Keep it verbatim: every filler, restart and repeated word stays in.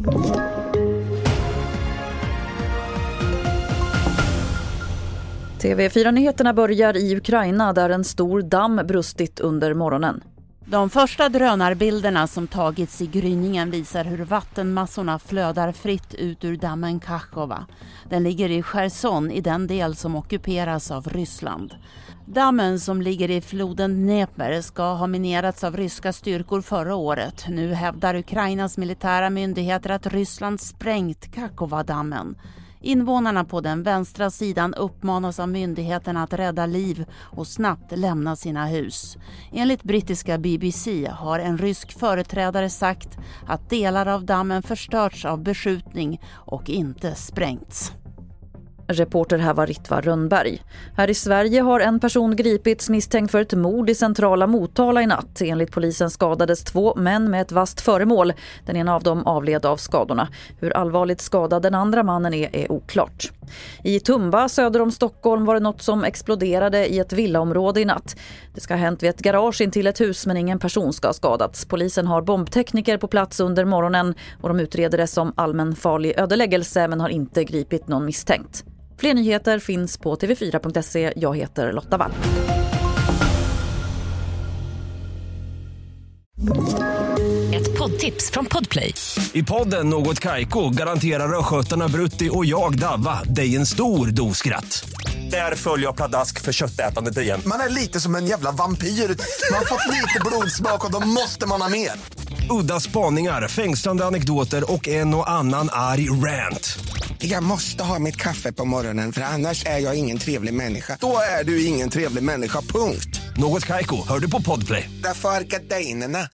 T V fyra-nyheterna börjar i Ukraina där en stor damm brustit under morgonen. De första drönarbilderna som tagits i gryningen visar hur vattenmassorna flödar fritt ut ur dammen Kachova. Den ligger i Cherson i den del som ockuperas av Ryssland. Dammen som ligger i floden Dnepr ska ha minerats av ryska styrkor förra året. Nu hävdar Ukrainas militära myndigheter att Ryssland sprängt Kachova-dammen. Invånarna på den vänstra sidan uppmanas av myndigheterna att rädda liv och snabbt lämna sina hus. Enligt brittiska B B C har en rysk företrädare sagt att delar av dammen förstörts av beskjutning och inte sprängts. Reporter här var Ritva Rönnberg. Här i Sverige har en person gripits misstänkt för ett mord i centrala Motala i natt. Enligt polisen skadades två män med ett vasst föremål. Den ena av dem avled av skadorna. Hur allvarligt skadad den andra mannen är är oklart. I Tumba söder om Stockholm var det något som exploderade i ett villaområde i natt. Det ska ha hänt vid ett garage in till ett hus men ingen person ska ha skadats. Polisen har bombtekniker på plats under morgonen och de utreder det som allmän farlig ödeläggelse men har inte gripit någon misstänkt. Fler nyheter finns på t v fyra punkt se. Jag heter Lotta Wall. Ett poddtips från Podplay. I podden Något Kaiko garanterar röskötarna Brutti och jag Davva dig en stor doskratt. Där följer jag pladask för köttätandet igen. Man är lite som en jävla vampyr. Man har fått lite blodsmak och då måste man ha mer. Udda spaningar, fängslande anekdoter och en och annan arg rant. Jag måste ha mitt kaffe på morgonen för annars är jag ingen trevlig människa. Då är du ingen trevlig människa, punkt. Något Kaiko, hör du på Podplay. Därför är gardinerna.